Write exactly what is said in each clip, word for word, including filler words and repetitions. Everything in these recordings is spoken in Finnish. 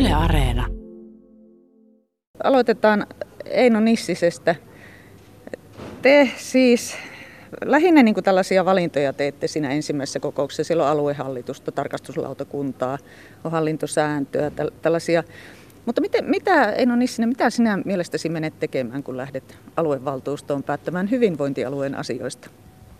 Yle Areena. Aloitetaan Eino Nissisestä. Te siis lähinnä niin kuin tällaisia valintoja teette siinä ensimmäisessä kokouksessa. Siellä on aluehallitusta, tarkastuslautakuntaa, on hallintosääntöä, täl- tällaisia. Mutta miten, mitä, Eino Nissinen, mitä sinä mielestäsi menet tekemään, kun lähdet aluevaltuustoon päättämään hyvinvointialueen asioista?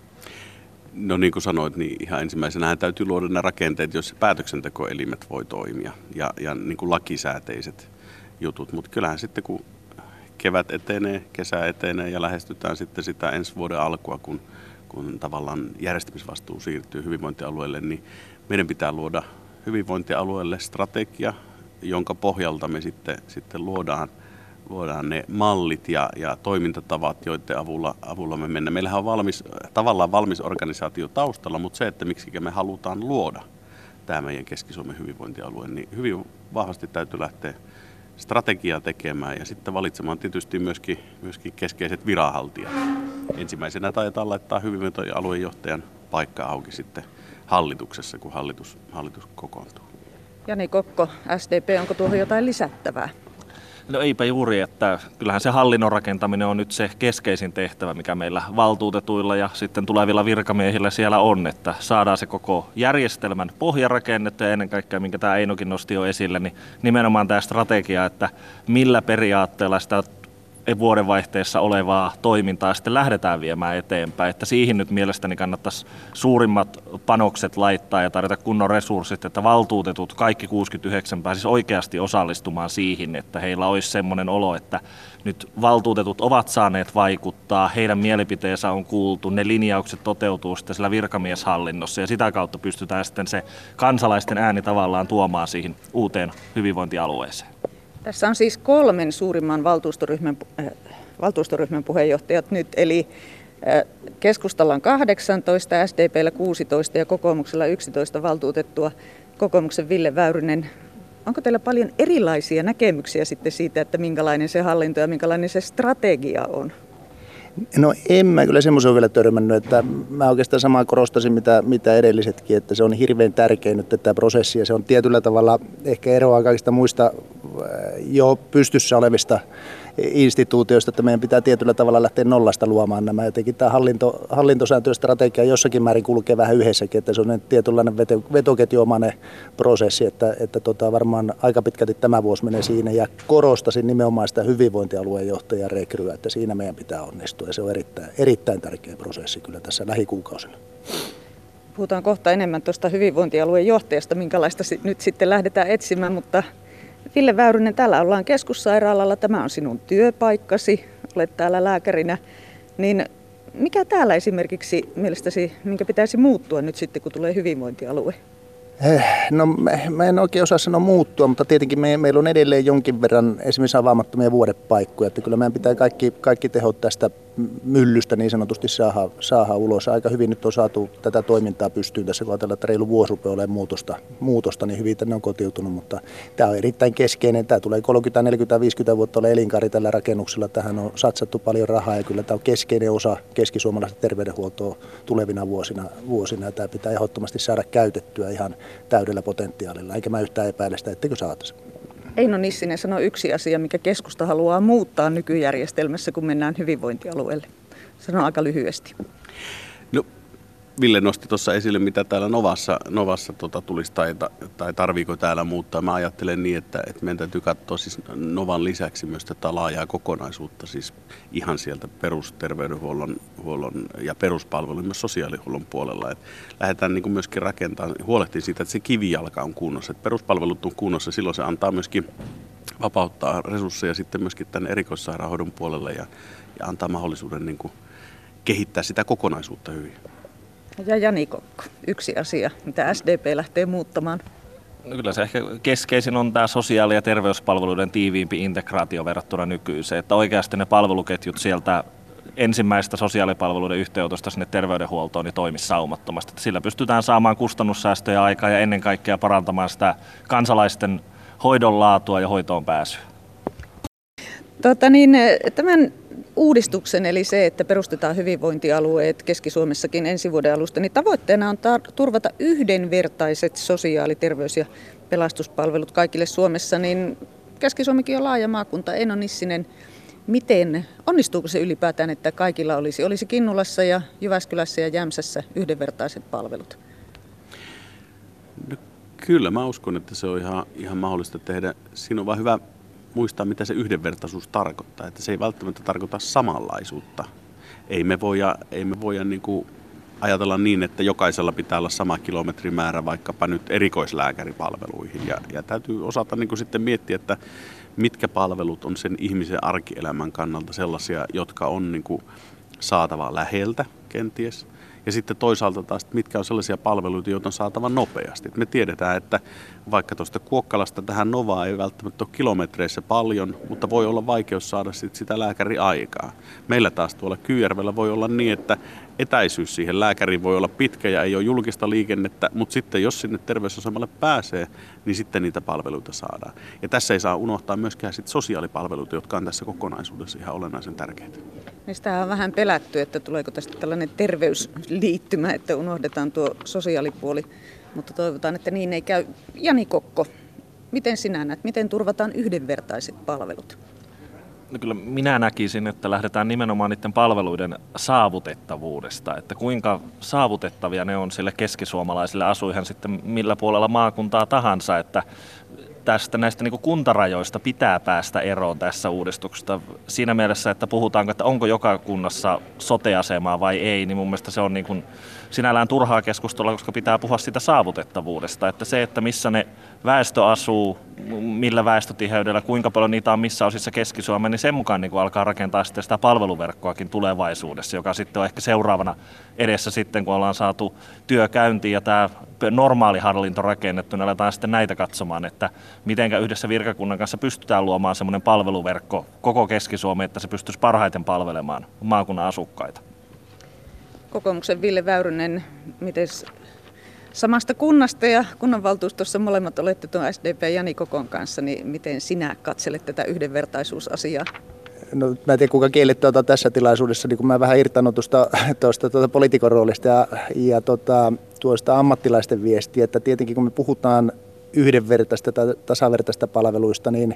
No niin kuin sanoit, niin ihan ensimmäisenä täytyy luoda ne rakenteet, joissa päätöksentekoelimet voi toimia ja, ja niin kuin lakisääteiset jutut. Mutta kyllähän sitten kun kevät etenee, kesä etenee ja lähestytään sitten sitä ensi vuoden alkua, kun, kun tavallaan järjestämisvastuu siirtyy hyvinvointialueelle, niin meidän pitää luoda hyvinvointialueelle strategia, jonka pohjalta me sitten, sitten luodaan, luodaan ne mallit ja, ja toimintatavat, joiden avulla, avulla me mennään. Meillähän on valmis, tavallaan valmis organisaatio taustalla, mutta se, että miksi me halutaan luoda tämä meidän Keski-Suomen hyvinvointialue, niin hyvin vahvasti täytyy lähteä strategiaa tekemään ja sitten valitsemaan tietysti myöskin, myöskin keskeiset viranhaltijat. Ensimmäisenä taitaa laittaa hyvinvointialueen johtajan paikka auki sitten hallituksessa, kun hallitus, hallitus kokoontuu. Jani Kokko, S D P, onko tuohon jotain lisättävää? No eipä juuri, että kyllähän se hallinnon rakentaminen on nyt se keskeisin tehtävä, mikä meillä valtuutetuilla ja sitten tulevilla virkamiehillä siellä on, että saadaan se koko järjestelmän pohja rakennettu ja ennen kaikkea, minkä tämä Einokin nosti jo esille, niin nimenomaan tämä strategia, että millä periaatteella sitä vuodenvaihteessa olevaa toimintaa sitten lähdetään viemään eteenpäin, että siihen nyt mielestäni kannattaisi suurimmat panokset laittaa ja tarjota kunnon resurssit, että valtuutetut, kaikki kuusikymmentäyhdeksän pääsisi oikeasti osallistumaan siihen, että heillä olisi semmoinen olo, että nyt valtuutetut ovat saaneet vaikuttaa, heidän mielipiteensä on kuultu, ne linjaukset toteutuu sitten siellä virkamieshallinnossa ja sitä kautta pystytään sitten se kansalaisten ääni tavallaan tuomaan siihen uuteen hyvinvointialueeseen. Tässä on siis kolmen suurimman valtuustoryhmän, äh, valtuustoryhmän puheenjohtajat nyt, eli äh, keskustalla on kahdeksantoista, S D P:llä kuusitoista ja kokoomuksella yksitoista valtuutettua. Kokoomuksen Ville Väyrynen, onko teillä paljon erilaisia näkemyksiä sitten siitä, että minkälainen se hallinto ja minkälainen se strategia on? No en mä kyllä semmoisen vielä törmännyt, että mä oikeastaan samaa korostasin mitä, mitä edellisetkin, että se on hirveän tärkeä nyt tämä prosessi ja se on tietyllä tavalla ehkä eroa kaikista muista jo pystyssä olevista instituutioista, että meidän pitää tietyllä tavalla lähteä nollasta luomaan nämä. Jotenkin tämä hallinto, hallintosääntöstrategia jossakin määrin kulkee vähän yhdessäkin, että se on tietynlainen veto, vetoketjuomainen prosessi, että, että tota, varmaan aika pitkälti tämä vuosi menee siinä ja korostasin nimenomaan sitä hyvinvointialueen johtajan rekryä, että siinä meidän pitää onnistua ja se on erittäin, erittäin tärkeä prosessi kyllä tässä lähikuukausina. Puhutaan kohta enemmän tuosta hyvinvointialueen johtajasta, minkälaista nyt sitten lähdetään etsimään, mutta Ville Väyrynen, täällä ollaan keskussairaalalla, tämä on sinun työpaikkasi, olet täällä lääkärinä, niin mikä täällä esimerkiksi mielestäsi, minkä pitäisi muuttua nyt sitten, kun tulee hyvinvointialue? No mä en oikein osaa sanoa muuttua, mutta tietenkin me, meillä on edelleen jonkin verran esimerkiksi avaamattomia vuodepaikkoja, että kyllä meidän pitää kaikki, kaikki tehot tästä myllystä niin sanotusti saada, saada ulos. Aika hyvin nyt on saatu tätä toimintaa pystyyn tässä, kun ajatellaan, että reilu vuosi rupeaa olemaan muutosta, muutosta, niin hyvin tänne on kotiutunut, mutta tämä on erittäin keskeinen. Tämä tulee kolmekymmentä, neljäkymmentä, viisikymmentä vuotta ole elinkaari tällä rakennuksella. Tähän on satsattu paljon rahaa ja kyllä tämä on keskeinen osa keskisuomalaista terveydenhuoltoa tulevina vuosina. vuosina. Tämä pitää ehdottomasti saada käytettyä ihan täydellä potentiaalilla, eikä mä yhtään epäile sitä, etteikö saataisi. Eino Nissinen sanoi yksi asia, mikä keskusta haluaa muuttaa nykyjärjestelmässä, kun mennään hyvinvointialueelle. Sano aika lyhyesti. No, Ville nosti tuossa esille, mitä täällä Novassa, Novassa tota, tulisi tai, tai tarviiko täällä muuttaa. Mä ajattelen niin, että, että meidän täytyy katsoa siis Novan lisäksi myös tätä laajaa kokonaisuutta, siis ihan sieltä perusterveydenhuollon huollon ja peruspalvelujen myös sosiaalihuollon puolella. Et lähdetään niin kuin myöskin rakentamaan, huolehtimaan siitä, että se kivijalka on kunnossa, että peruspalvelut on kunnossa, silloin se antaa myöskin vapauttaa resursseja sitten myöskin tänne erikoissairaanhoidon puolelle ja, ja antaa mahdollisuuden niin kuin kehittää sitä kokonaisuutta hyvin. Ja Jani Kokko, yksi asia, mitä S D P lähtee muuttamaan. No kyllä se ehkä keskeisin on tämä sosiaali- ja terveyspalveluiden tiiviimpi integraatio verrattuna nykyiseen, että oikeasti ne palveluketjut sieltä ensimmäistä sosiaalipalveluiden yhteenotosta sinne terveydenhuoltoon niin toimisi saumattomasti. Että sillä pystytään saamaan kustannussäästöjä aikaa ja ennen kaikkea parantamaan sitä kansalaisten hoidon laatua ja hoitoon pääsyä. Tota niin, tämän uudistuksen, eli se, että perustetaan hyvinvointialueet Keski-Suomessakin ensi vuoden alusta, niin tavoitteena on tar- turvata yhdenvertaiset sosiaali-, terveys- ja pelastuspalvelut kaikille Suomessa, niin Keski-Suomikin on laaja maakunta. Eino Nissinen, miten, onnistuuko se ylipäätään, että kaikilla olisi, olisi Kinnulassa ja Jyväskylässä ja Jämsässä yhdenvertaiset palvelut? No, kyllä, mä uskon, että se on ihan, ihan mahdollista tehdä. Siinä on vaan hyvä muistaa, mitä se yhdenvertaisuus tarkoittaa. Että se ei välttämättä tarkoita samanlaisuutta. Ei me voida, ei me voida niin kuin ajatella niin, että jokaisella pitää olla sama kilometrimäärä vaikkapa nyt erikoislääkäripalveluihin. Ja, ja täytyy osata niin kuin sitten miettiä, että mitkä palvelut on sen ihmisen arkielämän kannalta sellaisia, jotka on niin kuin saatava läheltä kenties. Ja sitten toisaalta taas, mitkä on sellaisia palveluita, joita on saatava nopeasti. Me tiedetään, että vaikka tuosta Kuokkalasta tähän Novaan ei välttämättä ole kilometreissä paljon, mutta voi olla vaikeus saada sit sitä lääkäriaikaa. Meillä taas tuolla Kyyjärvellä voi olla niin, että etäisyys siihen lääkäriin voi olla pitkä ja ei ole julkista liikennettä, mutta sitten jos sinne terveysasemalle pääsee, niin sitten niitä palveluita saadaan. Ja tässä ei saa unohtaa myöskään sit sosiaalipalveluita, jotka on tässä kokonaisuudessa ihan olennaisen tärkeitä. Sitä on vähän pelätty, että tuleeko tästä tällainen terveysliittymä, että unohdetaan tuo sosiaalipuoli, mutta toivotaan, että niin ei käy. Jani Kokko, miten sinä näet, miten turvataan yhdenvertaiset palvelut? No kyllä minä näkisin, että lähdetään nimenomaan niiden palveluiden saavutettavuudesta, että kuinka saavutettavia ne on sille keskisuomalaisille, asuihan sitten millä puolella maakuntaa tahansa, että tästä näistä niin kuin kuntarajoista pitää päästä eroon tässä uudistuksessa. Siinä mielessä, että puhutaanko, että onko joka kunnassa sote-asemaa vai ei, niin mun mielestä se on niin kuin sinällään turhaa keskustelua, koska pitää puhua sitä saavutettavuudesta. Että se, että missä ne väestö asuu, millä väestötiheydellä, kuinka paljon niitä on missä osissa Keski-Suomea, niin sen mukaan niin kuin alkaa rakentaa sitten sitä palveluverkkoakin tulevaisuudessa, joka sitten on ehkä seuraavana edessä sitten, kun ollaan saatu työ käyntiin ja tämä normaali hallinto rakennettu, niin aletaan sitten näitä katsomaan, että mitenkä yhdessä virkakunnan kanssa pystytään luomaan semmoinen palveluverkko koko Keski-Suomeen, että se pystyisi parhaiten palvelemaan maakunnan asukkaita. Kokoomuksen Ville Väyrynen, miten samasta kunnasta ja kunnanvaltuustossa molemmat olette tuon S D P Jani Kokon kanssa, niin miten sinä katselet tätä yhdenvertaisuusasiaa? No, mä en tiedä, kuinka kielletty otan tässä tilaisuudessa, niin kun mä vähän irtannut tuosta, tuosta tuota poliitikon roolista ja, ja tuota, tuosta ammattilaisten viestiä, että tietenkin kun me puhutaan yhdenvertaista tai tasavertaista palveluista, niin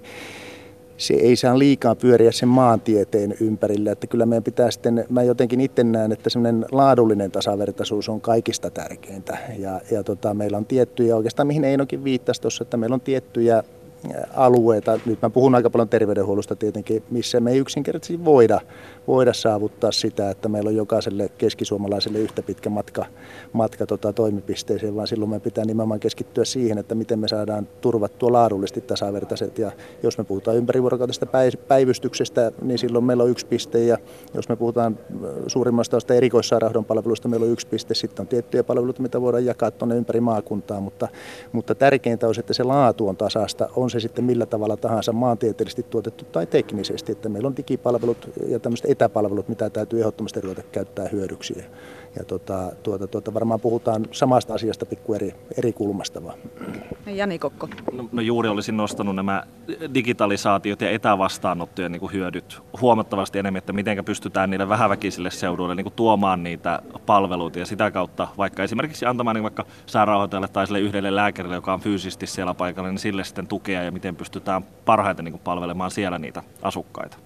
se ei saa liikaa pyöriä sen maantieteen ympärillä, että kyllä meidän pitää sitten, mä jotenkin itse näen, että semmoinen laadullinen tasavertaisuus on kaikista tärkeintä ja, ja tota, meillä on tiettyjä, oikeastaan mihin Einokin viittasi tuossa, että meillä on tiettyjä alueita, nyt mä puhun aika paljon terveydenhuollosta tietenkin, missä me ei yksinkertaisesti voida, voida saavuttaa sitä, että meillä on jokaiselle keskisuomalaiselle yhtä pitkä matka, matka tota, toimipisteeseen, vaan silloin me pitää nimenomaan keskittyä siihen, että miten me saadaan turvattua laadullisesti tasavertaiset. Ja jos me puhutaan ympärivuorokautisesta päivystyksestä, niin silloin meillä on yksi piste, ja jos me puhutaan suurimmasta osasta erikoissairaanhoidon palveluista, meillä on yksi piste, sitten on tiettyjä palveluita, mitä voidaan jakaa tuonne ympäri maakuntaa, mutta, mutta tärkeintä on, että se laatu on tasasta, on se sitten millä tavalla tahansa maantieteellisesti tuotettu tai teknisesti, että meillä on digipalvelut ja tämmöiset etäpalvelut, mitä täytyy ehdottomasti ruveta käyttää hyödyksi. Ja, ja tuota, tuota, tuota, varmaan puhutaan samasta asiasta pikku eri, eri kulmasta vaan. Jani Kokko. No, no juuri olisin nostanut nämä digitalisaatiot ja etävastaanottojen niin kuin hyödyt huomattavasti enemmän, että miten pystytään niille vähäväkisille seuduille niin kuin tuomaan niitä palveluita ja sitä kautta vaikka esimerkiksi antamaan niin vaikka sairaanhoitajalle tai sille yhdelle lääkärille, joka on fyysisesti siellä paikalla, niin sille sitten tukea ja miten pystytään parhaiten niin kuin palvelemaan siellä niitä asukkaita.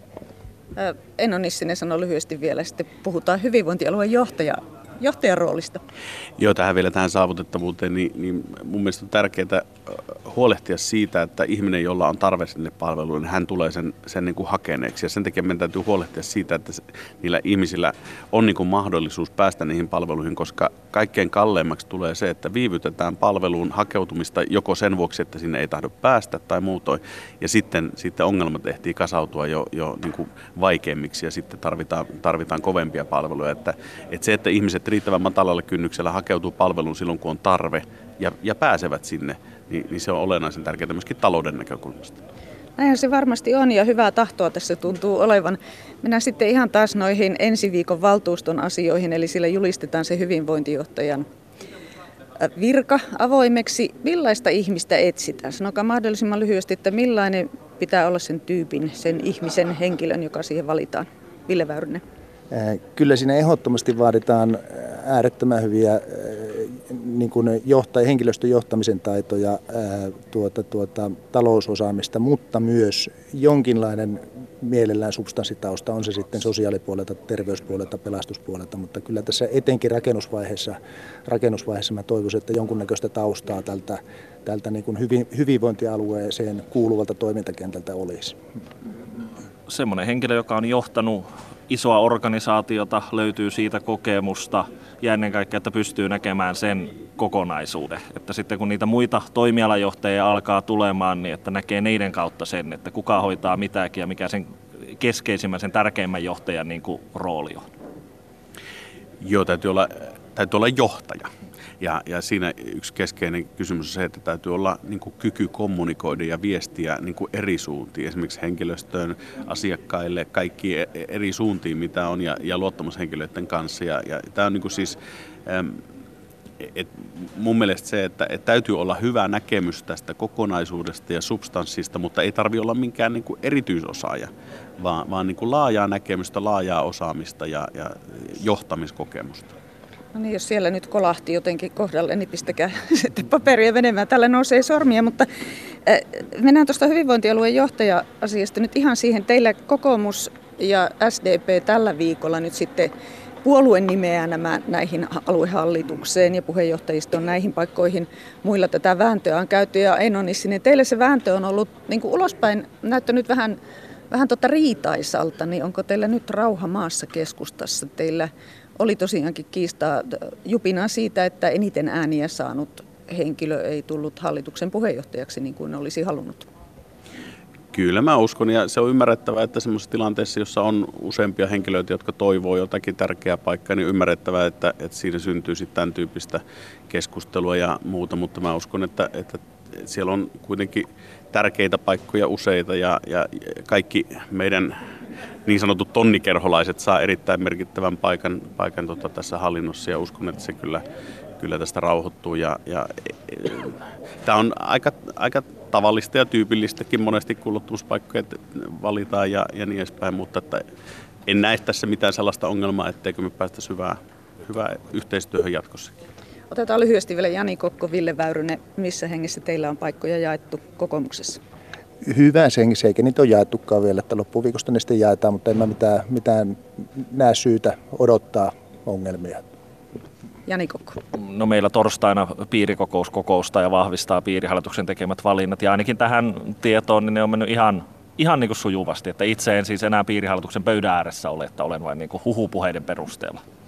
Eino Nissinen sanoi lyhyesti vielä, sitten puhutaan hyvinvointialueen johtaja, johtajan roolista. Joo, tähän vielä tähän saavutettavuuteen, niin, niin mun mielestä on tärkeää huolehtia siitä, että ihminen, jolla on tarve sinne palveluun, hän tulee sen, sen niin kuin hakeneeksi. Ja sen takia meidän täytyy huolehtia siitä, että se, niillä ihmisillä on niin kuin mahdollisuus päästä niihin palveluihin, koska kaikkein kalleimmaksi tulee se, että viivytetään palveluun hakeutumista joko sen vuoksi, että sinne ei tahdo päästä tai muutoin. Ja sitten, sitten ongelmat ehtii kasautua jo, jo niin kuin vaikeimmiksi ja sitten tarvitaan, tarvitaan kovempia palveluja. Että, että se, että ihmiset riittävän matalalla kynnyksellä hakeutuu palveluun silloin, kun on tarve ja, ja pääsevät sinne, niin, niin se on olennaisen tärkeää myöskin talouden näkökulmasta. Näinhän se varmasti on ja hyvää tahtoa tässä tuntuu olevan. Mennään sitten ihan taas noihin ensi viikon valtuuston asioihin, eli sillä julistetaan se hyvinvointijohtajan virka avoimeksi. Millaista ihmistä etsitään? Sanokaa mahdollisimman lyhyesti, että millainen pitää olla sen tyypin, sen ihmisen, henkilön, joka siihen valitaan. Ville Väyrynen. Kyllä siinä ehdottomasti vaaditaan äärettömän hyviä niin kuin johtaj, henkilöstön johtamisen taitoja, ää, tuota, tuota, talousosaamista, mutta myös jonkinlainen mielellään substanssitausta, on se sitten sosiaalipuolelta, terveyspuolelta, pelastuspuolelta, mutta kyllä tässä etenkin rakennusvaiheessa, rakennusvaiheessa mä toivoisin, että jonkunnäköistä taustaa tältä, tältä niin kuin hyvin, hyvinvointialueeseen kuuluvalta toimintakentältä olisi. Semmoinen henkilö, joka on johtanut isoa organisaatiota, löytyy siitä kokemusta ja ennen kaikkea, että pystyy näkemään sen kokonaisuuden. Että sitten kun niitä muita toimialajohtajia alkaa tulemaan, niin että näkee niiden kautta sen, että kuka hoitaa mitäkin ja mikä sen keskeisimmän, sen tärkeimmän johtajan niin kuin rooli on. Joo, täytyy olla, täytyy olla johtaja. Ja, ja siinä yksi keskeinen kysymys on se, että täytyy olla niin kuin kyky kommunikoida ja viestiä niin kuin eri suuntiin, esimerkiksi henkilöstöön, asiakkaille, kaikki eri suuntiin, mitä on, ja, ja luottamushenkilöiden kanssa. Ja, ja tämä on niin kuin siis, äm, et mun mielestä se, että et täytyy olla hyvä näkemys tästä kokonaisuudesta ja substanssista, mutta ei tarvitse olla minkään niin kuin erityisosaaja, vaan, vaan niin kuin laajaa näkemystä, laajaa osaamista ja, ja johtamiskokemusta. No niin, jos siellä nyt kolahti jotenkin kohdalle, niin pistäkää sitten paperia menemään. Tällä nousee sormia, mutta äh, mennään tuosta hyvinvointialueen johtaja-asiasta nyt ihan siihen. Teillä kokoomus ja S D P tällä viikolla nyt sitten puolueen nimeää nämä näihin aluehallitukseen ja puheenjohtajistoon näihin paikkoihin. Muilla tätä vääntöä on käyty ja Eino Nissinen, teille se vääntö on ollut niin kuin ulospäin näyttänyt vähän, vähän tota riitaisalta, niin onko teillä nyt rauha maassa keskustassa? Teillä oli tosiaankin kiistaa jupinaa siitä, että eniten ääniä saanut henkilö ei tullut hallituksen puheenjohtajaksi niin kuin olisi halunnut. Kyllä mä uskon, ja se on ymmärrettävää, että semmoisessa tilanteessa, jossa on useampia henkilöitä, jotka toivoo jotakin tärkeää paikkaa, niin ymmärrettävää, että, että siinä syntyy sitten tämän tyyppistä keskustelua ja muuta, mutta mä uskon, että, että siellä on kuitenkin tärkeitä paikkoja useita, ja, ja kaikki meidän niin sanotut tonnikerholaiset saa erittäin merkittävän paikan, paikan tota, tässä hallinnossa, ja uskon, että se kyllä, kyllä tästä rauhoittuu. Ja, ja, tämä on aika, aika tavallista ja tyypillistäkin monesti, kun luottamuspaikkoja valitaan ja, ja niin edespäin, mutta että en näe tässä mitään sellaista ongelmaa, etteikö me päästä hyvää, hyvää yhteistyöhön jatkossakin. Otetaan lyhyesti vielä Jani Kokko, Ville Väyrynen. Missä hengessä teillä on paikkoja jaettu kokoomuksessa? Hyvässä hengessä, eikä niitä ole jaettukaan vielä, että loppuviikosta ne sitten jaetaan, mutta en mä mitään, mitään näe syytä odottaa ongelmia. Jani Kokko. No meillä torstaina piirikokous kokoustaa ja vahvistaa piirihallituksen tekemät valinnat, ja ainakin tähän tietoon niin ne on mennyt ihan, ihan niin kuin sujuvasti, että itse en siis enää piirihallituksen pöydän ääressä ole, että olen vain niin kuin huhupuheiden perusteella.